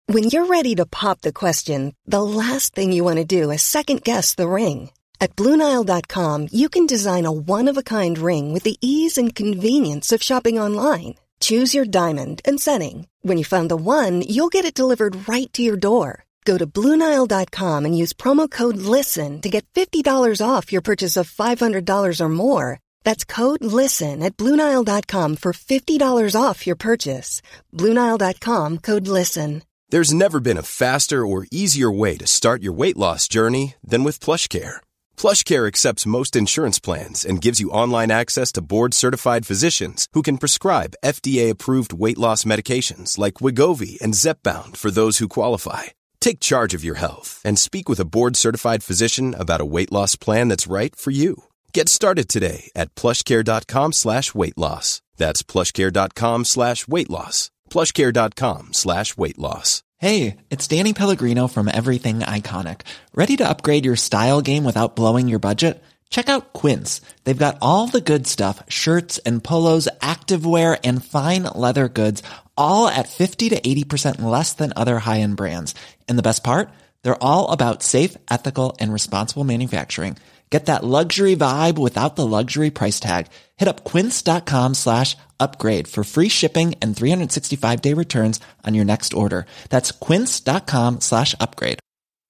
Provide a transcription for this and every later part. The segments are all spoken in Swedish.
When you're ready to pop the question, the last thing you want to do is second-guess the ring. At BlueNile.com, you can design a one-of-a-kind ring with the ease and convenience of shopping online. Choose your diamond and setting. When you find the one, you'll get it delivered right to your door. Go to BlueNile.com and use promo code LISTEN to get $50 off your purchase of $500 or more. That's code LISTEN at BlueNile.com for $50 off your purchase. BlueNile.com, code LISTEN. There's never been a faster or easier way to start your weight loss journey than with PlushCare. PlushCare accepts most insurance plans and gives you online access to board-certified physicians who can prescribe FDA-approved weight loss medications like Wegovy and Zepbound for those who qualify. Take charge of your health and speak with a board-certified physician about a weight loss plan that's right for you. Get started today at plushcare.com/weightloss. That's plushcare.com/weightloss. plushcare.com/weightloss. Hey, it's Danny Pellegrino from Everything Iconic. Ready to upgrade your style game without blowing your budget? Check out Quince. They've got all the good stuff, shirts and polos, activewear, and fine leather goods, all at 50 to 80% less than other high-end brands. And the best part? They're all about safe, ethical, and responsible manufacturing. Get that luxury vibe without the luxury price tag. Hit up quince.com/upgrade for free shipping and 365-day returns on your next order. That's quince.com/upgrade.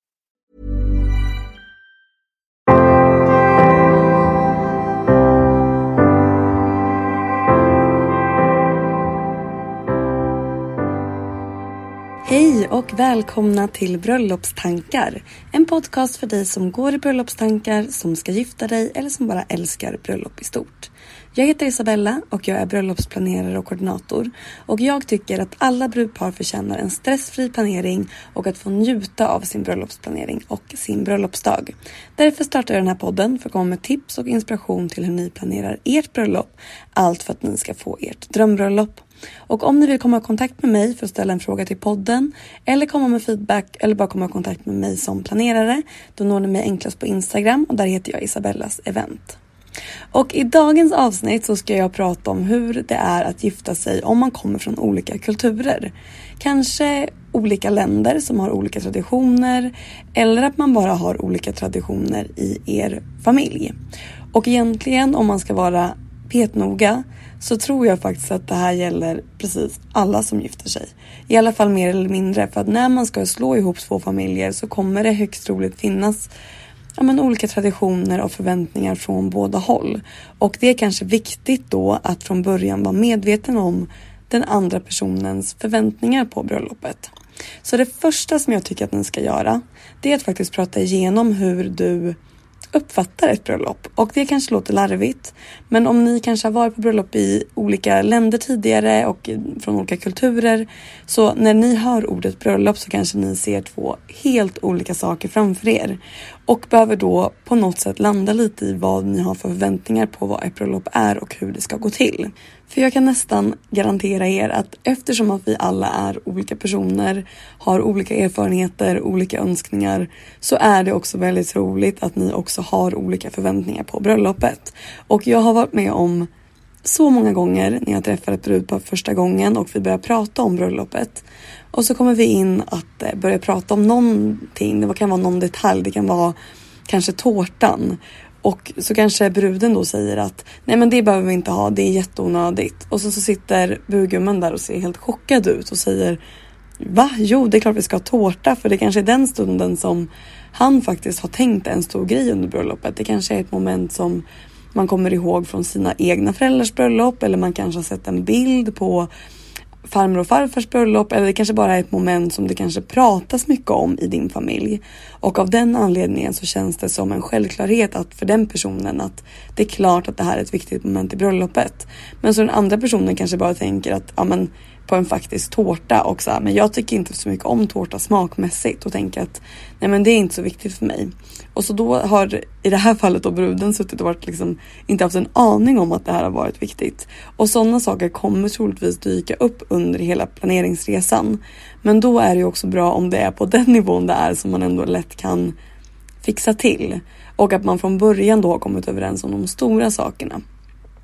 Hej och välkomna till Bröllopstankar. En podcast för dig som går i bröllopstankar, som ska gifta dig eller som bara älskar bröllop i stort. Jag heter Isabella och jag är bröllopsplanerare och koordinator. Och jag tycker att alla brudpar förtjänar en stressfri planering och att få njuta av sin bröllopsplanering och sin bröllopsdag. Därför startar jag den här podden för att komma med tips och inspiration till hur ni planerar ert bröllop. Allt för att ni ska få ert drömbröllop. Och om ni vill komma i kontakt med mig för att ställa en fråga till podden eller komma med feedback eller bara komma i kontakt med mig som planerare, då når ni mig enklast på Instagram och där heter jag Isabellas event. Och i dagens avsnitt så ska jag prata om hur det är att gifta sig om man kommer från olika kulturer. Kanske olika länder som har olika traditioner eller att man bara har olika traditioner i er familj. Och egentligen om man ska vara petnoga så tror jag faktiskt att det här gäller precis alla som gifter sig. I alla fall mer eller mindre, för att när man ska slå ihop två familjer så kommer det högst troligt finnas olika traditioner och förväntningar från båda håll. Och det är kanske viktigt då att från början vara medveten om den andra personens förväntningar på bröllopet. Så det första som jag tycker att ni ska göra, det är att faktiskt prata igenom hur du uppfattar ett bröllop. Och det kanske låter larvigt, men om ni kanske har varit på bröllop i olika länder tidigare och från olika kulturer, så när ni hör ordet bröllop så kanske ni ser två helt olika saker framför er och behöver då på något sätt landa lite i vad ni har för förväntningar på vad ett bröllop är och hur det ska gå till. För jag kan nästan garantera er att eftersom att vi alla är olika personer, har olika erfarenheter, olika önskningar, så är det också väldigt roligt att ni också har olika förväntningar på bröllopet. Och jag har varit med om så många gånger när jag träffar ett brudpar första gången och vi börjar prata om bröllopet. Och så kommer vi in att börja prata om någonting. Det kan vara någon detalj, det kan vara kanske tårtan. Och så kanske bruden då säger att nej, men det behöver vi inte ha, det är jätteonödigt. Och så sitter brudgummen där och ser helt chockad ut och säger: va? Jo, det är klart vi ska ha tårta, för det kanske är den stunden som han faktiskt har tänkt en stor grej under bröllopet. Det kanske är ett moment som man kommer ihåg från sina egna föräldrars bröllop, eller man kanske har sett en bild på farmor och farfars bröllop, eller det kanske bara är ett moment som det kanske pratas mycket om i din familj. Och av den anledningen så känns det som en självklarhet att för den personen att det är klart att det här är ett viktigt moment i bröllopet. Men så den andra personen kanske bara tänker att på en faktisk tårta också, men jag tycker inte så mycket om tårta smakmässigt och tänker att nej, men det är inte så viktigt för mig. Och så då har i det här fallet då bruden suttit och varit inte haft en aning om att det här har varit viktigt. Och sådana saker kommer troligtvis dyka upp under hela planeringsresan. Men då är det ju också bra om det är på den nivån det är som man ändå lätt kan fixa till. Och att man från början då har kommit överens om de stora sakerna.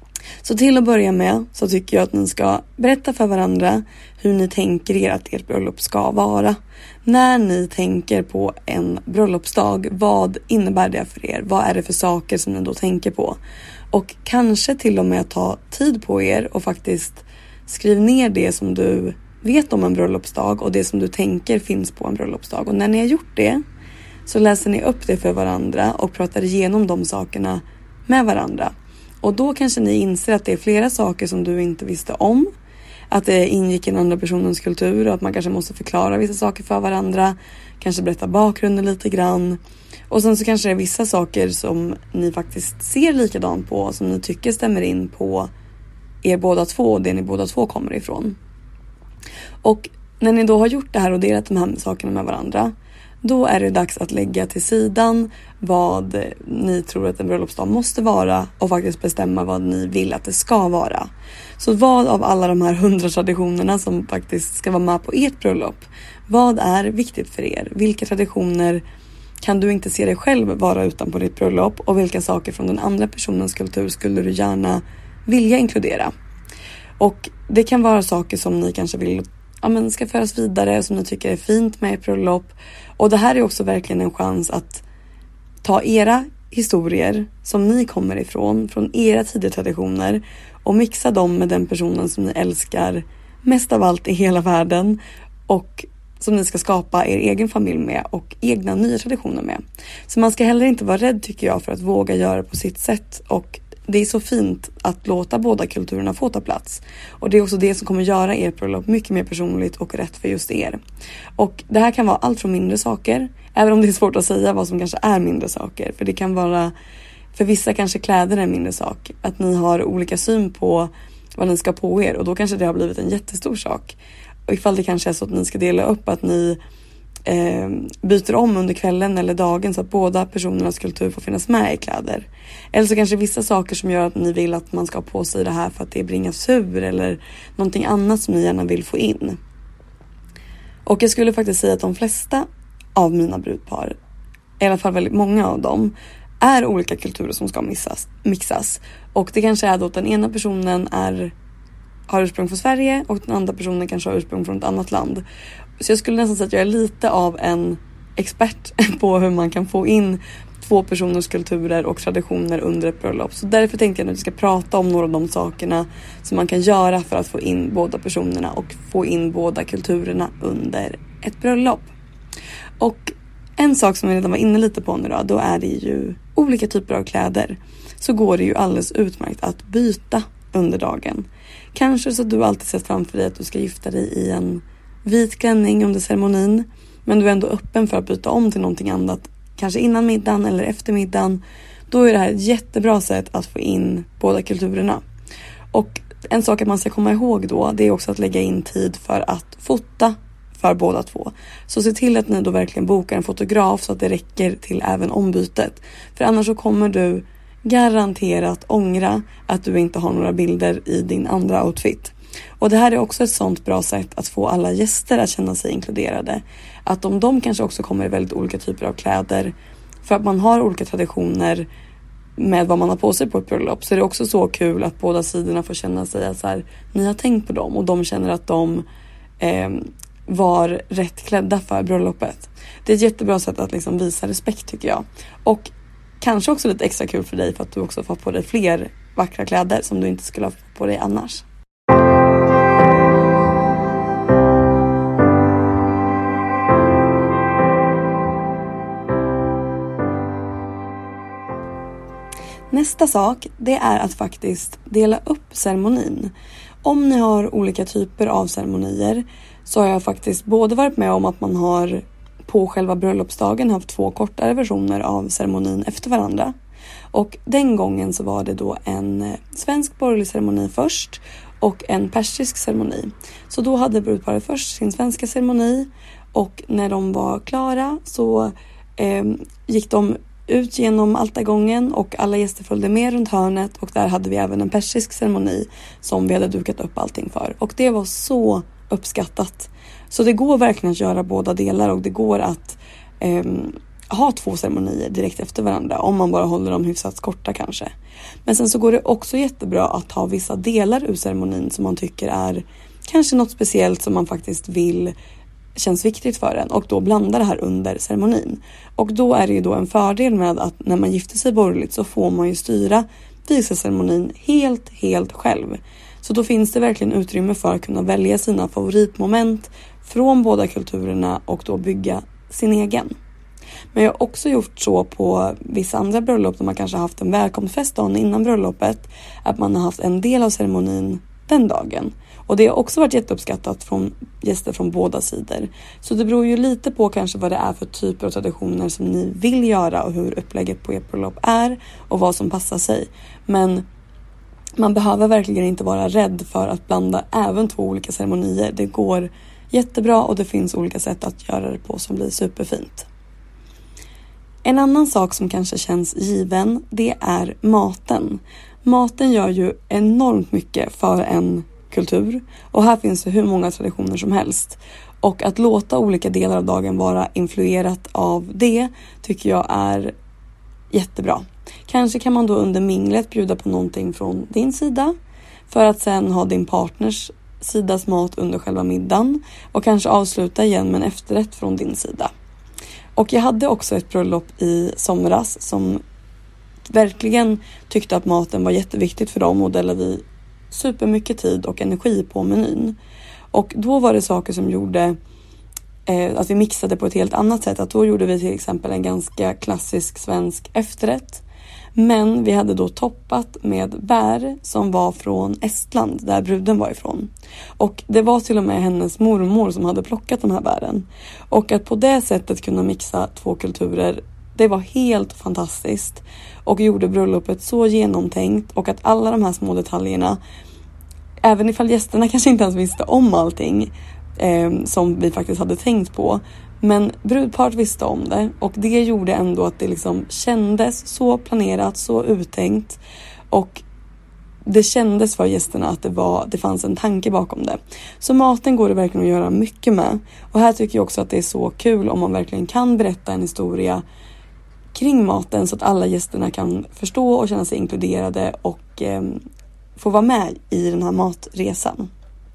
Så till att börja med så tycker jag att ni ska berätta för varandra hur ni tänker er att ert bröllop ska vara. När ni tänker på en bröllopsdag, vad innebär det för er? Vad är det för saker som ni då tänker på? Och kanske till och med ta tid på er och faktiskt skriv ner det som du vet om en bröllopsdag och det som du tänker finns på en bröllopsdag. Och när ni har gjort det så läser ni upp det för varandra och pratar igenom de sakerna med varandra. Och då kanske ni inser att det är flera saker som du inte visste om. Att det ingick i den andra personens kultur och att man kanske måste förklara vissa saker för varandra. Kanske berätta bakgrunden lite grann. Och sen så kanske det är vissa saker som ni faktiskt ser likadant på. Som ni tycker stämmer in på er båda två och det ni båda två kommer ifrån. Och när ni då har gjort det här och delat de här sakerna med varandra. Då är det dags att lägga till sidan vad ni tror att en bröllopsdag måste vara och faktiskt bestämma vad ni vill att det ska vara. Så vad av alla de här 100 traditionerna som faktiskt ska vara med på ert bröllop, vad är viktigt för er? Vilka traditioner kan du inte se dig själv vara utan på ditt bröllop och vilka saker från den andra personens kultur skulle du gärna vilja inkludera? Och det kan vara saker som ni kanske vill ska föras vidare som ni tycker är fint med ert bröllop. Och det här är också verkligen en chans att ta era historier som ni kommer ifrån, från era tidiga traditioner och mixa dem med den personen som ni älskar mest av allt i hela världen och som ni ska skapa er egen familj med och egna nya traditioner med. Så man ska heller inte vara rädd tycker jag för att våga göra på sitt sätt och det är så fint att låta båda kulturerna få ta plats. Och det är också det som kommer göra ert bröllop mycket mer personligt och rätt för just er. Och det här kan vara allt från mindre saker. Även om det är svårt att säga vad som kanske är mindre saker. För det kan vara, för vissa kanske kläder är en mindre sak. Att ni har olika syn på vad ni ska på er. Och då kanske det har blivit en jättestor sak. Och ifall det kanske är så att ni ska dela upp att ni byter om under kvällen eller dagen så att båda personernas kultur får finnas med i kläder. Eller så kanske vissa saker som gör att ni vill att man ska ha på sig det här för att det bringar sur eller någonting annat som ni gärna vill få in. Och jag skulle faktiskt säga att de flesta av mina brudpar, i alla fall väldigt många av dem, är olika kulturer som ska mixas. Och det kanske är då att den ena personen har ursprung från Sverige och den andra personen kanske har ursprung från ett annat land. Så jag skulle nästan säga att jag är lite av en expert på hur man kan få in två personers kulturer och traditioner under ett bröllop. Så därför tänkte jag att vi ska prata om några av de sakerna som man kan göra för att få in båda personerna och få in båda kulturerna under ett bröllop. Och en sak som vi redan var inne lite på nu då är det ju olika typer av kläder. Så går det ju alldeles utmärkt att byta under dagen. Kanske så att du alltid sett framför dig att du ska gifta dig i en vit klänning under ceremonin. Men du är ändå öppen för att byta om till någonting annat. Kanske innan middagen eller efter middagen. Då är det här ett jättebra sätt att få in båda kulturerna. Och en sak att man ska komma ihåg då. Det är också att lägga in tid för att fota för båda två. Så se till att ni då verkligen bokar en fotograf så att det räcker till även ombytet. För annars så kommer du garanterat ångra att du inte har några bilder i din andra outfit. Och det här är också ett sånt bra sätt att få alla gäster att känna sig inkluderade. Att om de kanske också kommer i väldigt olika typer av kläder för att man har olika traditioner med vad man har på sig på ett bröllop, så är det också så kul att båda sidorna får känna sig att så här, ni har tänkt på dem och de känner att de var rätt klädda för bröllopet. Det är ett jättebra sätt att liksom visa respekt tycker jag. Och kanske också lite extra kul för dig för att du också får på dig fler vackra kläder som du inte skulle ha fått på dig annars. Nästa sak, det är att faktiskt dela upp ceremonin. Om ni har olika typer av ceremonier så har jag faktiskt både varit med om att man har på själva bröllopsdagen haft 2 kortare versioner av ceremonin efter varandra. Och den gången så var det då en svensk borgerlig ceremoni först och en persisk ceremoni. Så då hade brudparet först sin svenska ceremoni och när de var klara så gick de ut genom altargången och alla gäster följde med runt hörnet och där hade vi även en persisk ceremoni som vi hade dukat upp allting för. Och det var så uppskattat. Så det går verkligen att göra båda delar och det går att ha 2 ceremonier direkt efter varandra, om man bara håller dem hyfsat korta kanske. Men sen så går det också jättebra att ha vissa delar ur ceremonin som man tycker är kanske något speciellt som man faktiskt vill känns viktigt för en, och då blanda det här under ceremonin. Och då är det ju då en fördel med att när man gifter sig borgerligt så får man ju styra vigselceremonin helt själv. Så då finns det verkligen utrymme för att kunna välja sina favoritmoment från båda kulturerna och då bygga sin egen. Men jag har också gjort så på vissa andra bröllop där man kanske haft en välkomstfest dagen innan bröllopet, att man har haft en del av ceremonin den dagen. Och det har också varit jätteuppskattat från gäster från båda sidor. Så det beror ju lite på kanske vad det är för typer av traditioner som ni vill göra och hur upplägget på ert bröllop är och vad som passar sig. Men man behöver verkligen inte vara rädd för att blanda även 2 olika ceremonier. Det går jättebra och det finns olika sätt att göra det på som blir superfint. En annan sak som kanske känns given, det är maten. Maten gör ju enormt mycket för en kultur, och här finns det hur många traditioner som helst. Och att låta olika delar av dagen vara influerat av det tycker jag är jättebra. Kanske kan man då under minglet bjuda på någonting från din sida, för att sen ha din partners sidas mat under själva middagen, och kanske avsluta igen med en efterrätt från din sida. Och jag hade också ett bröllop i somras som verkligen tyckte att maten var jätteviktigt för dem, och där vi supermycket tid och energi på menyn. Och då var det saker som gjorde att vi mixade på ett helt annat sätt. Att då gjorde vi till exempel en ganska klassisk svensk efterrätt, men vi hade då toppat med bär som var från Estland, där bruden var ifrån. Och det var till och med hennes mormor som hade plockat de här bären. Och att på det sättet kunna mixa 2 kulturer, det var helt fantastiskt. Och gjorde bröllopet så genomtänkt, och att alla de här små detaljerna, även ifall gästerna kanske inte ens visste om allting som vi faktiskt hade tänkt på, men brudparet visste om det, och det gjorde ändå att det liksom kändes så planerat, så uttänkt, och det kändes för gästerna att det fanns en tanke bakom det. Så maten går det verkligen att göra mycket med, och här tycker jag också att det är så kul om man verkligen kan berätta en historia kring maten så att alla gästerna kan förstå och känna sig inkluderade och få vara med i den här matresan.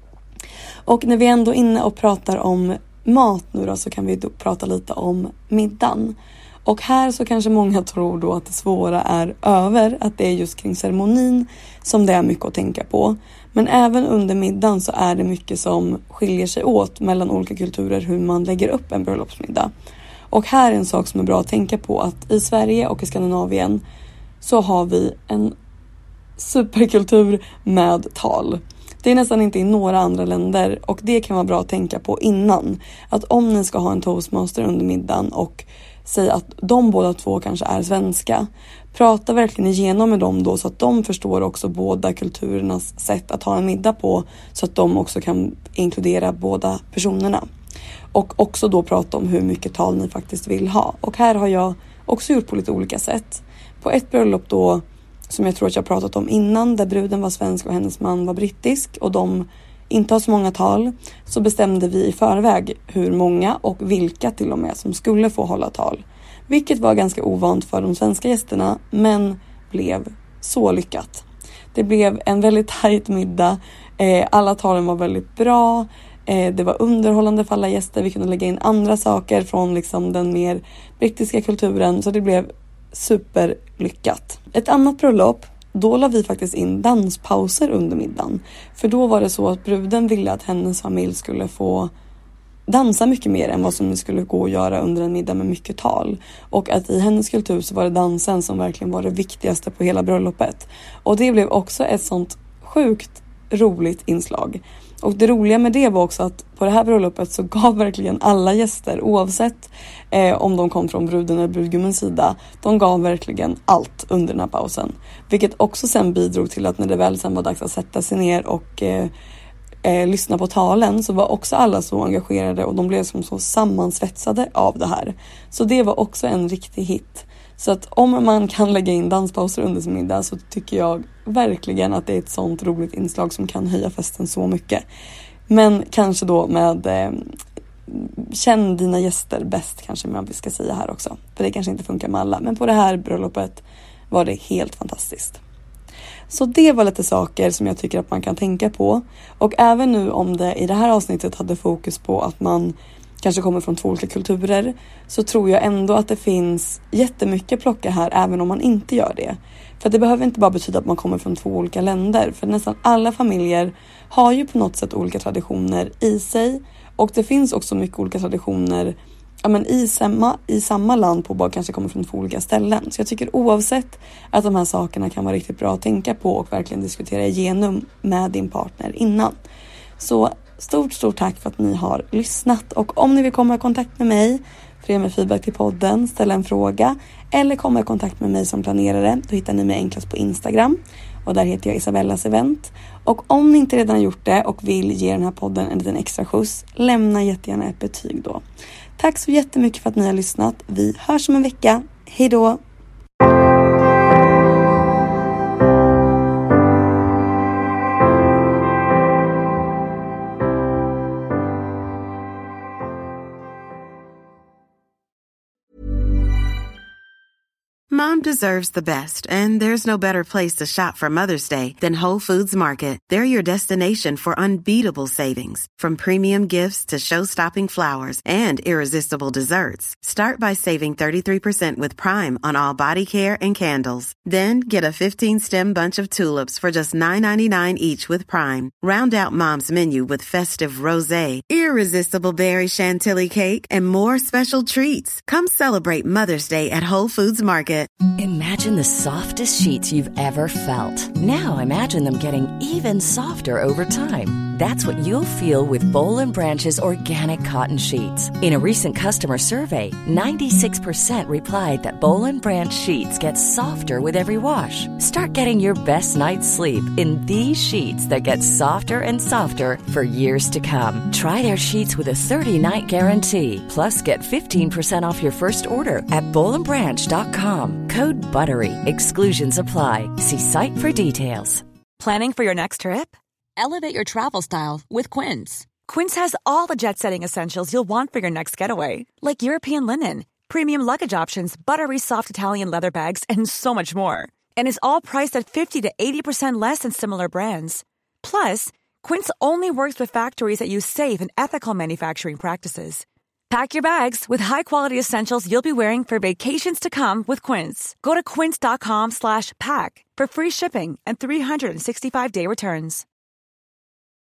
Och när vi ändå är inne och pratar om mat nu då, så kan vi då prata lite om middagen. Och här så kanske många tror då att det svåra är över, att det är just kring ceremonin som det är mycket att tänka på. Men även under middagen så är det mycket som skiljer sig åt mellan olika kulturer, hur man lägger upp en bröllopsmiddag. Och här är en sak som är bra att tänka på, att i Sverige och i Skandinavien så har vi en superkultur med tal. Det är nästan inte i några andra länder, och det kan vara bra att tänka på innan. Att om ni ska ha en toastmaster under middagen och säga att de båda 2 kanske är svenska, prata verkligen igenom med dem då, så att de förstår också båda kulturernas sätt att ha en middag på, så att de också kan inkludera båda personerna. Och också då prata om hur mycket tal ni faktiskt vill ha. Och här har jag också gjort på lite olika sätt. På ett bröllop då, som jag tror att jag pratat om innan, där bruden var svensk och hennes man var brittisk och de inte har så många tal, så bestämde vi i förväg hur många och vilka till och med som skulle få hålla tal. Vilket var ganska ovant för de svenska gästerna, men blev så lyckat. Det blev en väldigt tajt middag. Alla talen var väldigt bra. Det var underhållande för alla gäster. Vi kunde lägga in andra saker från liksom den mer brittiska kulturen. Så det blev superlyckat. Ett annat bröllop, då la vi faktiskt in danspauser under middagen. För då var det så att bruden ville att hennes familj skulle få dansa mycket mer än vad som skulle gå att göra under en middag med mycket tal. Och att i hennes kultur så var det dansen som verkligen var det viktigaste på hela bröllopet. Och det blev också ett sånt sjukt roligt inslag. Och det roliga med det var också att på det här bröllopet så gav verkligen alla gäster, oavsett om de kom från bruden eller brudgummens sida, de gav verkligen allt under den här pausen. Vilket också sen bidrog till att när det väl sen var dags att sätta sig ner och lyssna på talen, så var också alla så engagerade och de blev som så sammansvetsade av det här. Så det var också en riktig hit. Så att om man kan lägga in danspauser under sin middag, så tycker jag verkligen att det är ett sånt roligt inslag som kan höja festen så mycket. Men kanske då med känn dina gäster bäst, kanske man ska säga här också. För det kanske inte funkar med alla. Men på det här bröllopet var det helt fantastiskt. Så det var lite saker som jag tycker att man kan tänka på. Och även nu om det i det här avsnittet hade fokus på att man kanske kommer från 2 olika kulturer, så tror jag ändå att det finns jättemycket plocka här även om man inte gör det. För det behöver inte bara betyda att man kommer från 2 olika länder. För nästan alla familjer har ju på något sätt olika traditioner i sig. Och det finns också mycket olika traditioner i samma land på bara kanske kommer från 2 olika ställen. Så jag tycker oavsett att de här sakerna kan vara riktigt bra att tänka på och verkligen diskutera igenom med din partner innan. Så stort tack för att ni har lyssnat. Och om ni vill komma i kontakt med mig för att ge mig feedback till podden, ställa en fråga eller komma i kontakt med mig som planerare, då hittar ni mig enklast på Instagram. Och där heter jag Isabellas event. Och om ni inte redan har gjort det och vill ge den här podden en liten extra skjuts, lämna jättegärna ett betyg då. Tack så jättemycket för att ni har lyssnat. Vi hörs om en vecka. Hej då! Mom deserves the best, and there's no better place to shop for Mother's Day than Whole Foods Market. They're your destination for unbeatable savings, from premium gifts to show-stopping flowers and irresistible desserts. Start by saving 33% with Prime on all body care and candles. Then get a 15-stem bunch of tulips for just $9.99 each with Prime. Round out Mom's menu with festive rosé, irresistible berry chantilly cake, and more special treats. Come celebrate Mother's Day at Whole Foods Market. Imagine the softest sheets you've ever felt. Now imagine them getting even softer over time. That's what you'll feel with Boll & Branch's organic cotton sheets. In a recent customer survey, 96% replied that Boll & Branch sheets get softer with every wash. Start getting your best night's sleep in these sheets that get softer and softer for years to come. Try their sheets with a 30-night guarantee. Plus, get 15% off your first order at bollandbranch.com. Code BUTTERY. Exclusions apply. See site for details. Planning for your next trip? Elevate your travel style with Quince. Quince has all the jet-setting essentials you'll want for your next getaway, like European linen, premium luggage options, buttery soft Italian leather bags, and so much more. And is all priced at 50 to 80% less than similar brands. Plus, Quince only works with factories that use safe and ethical manufacturing practices. Pack your bags with high-quality essentials you'll be wearing for vacations to come with Quince. Go to quince.com/pack for free shipping and 365-day returns.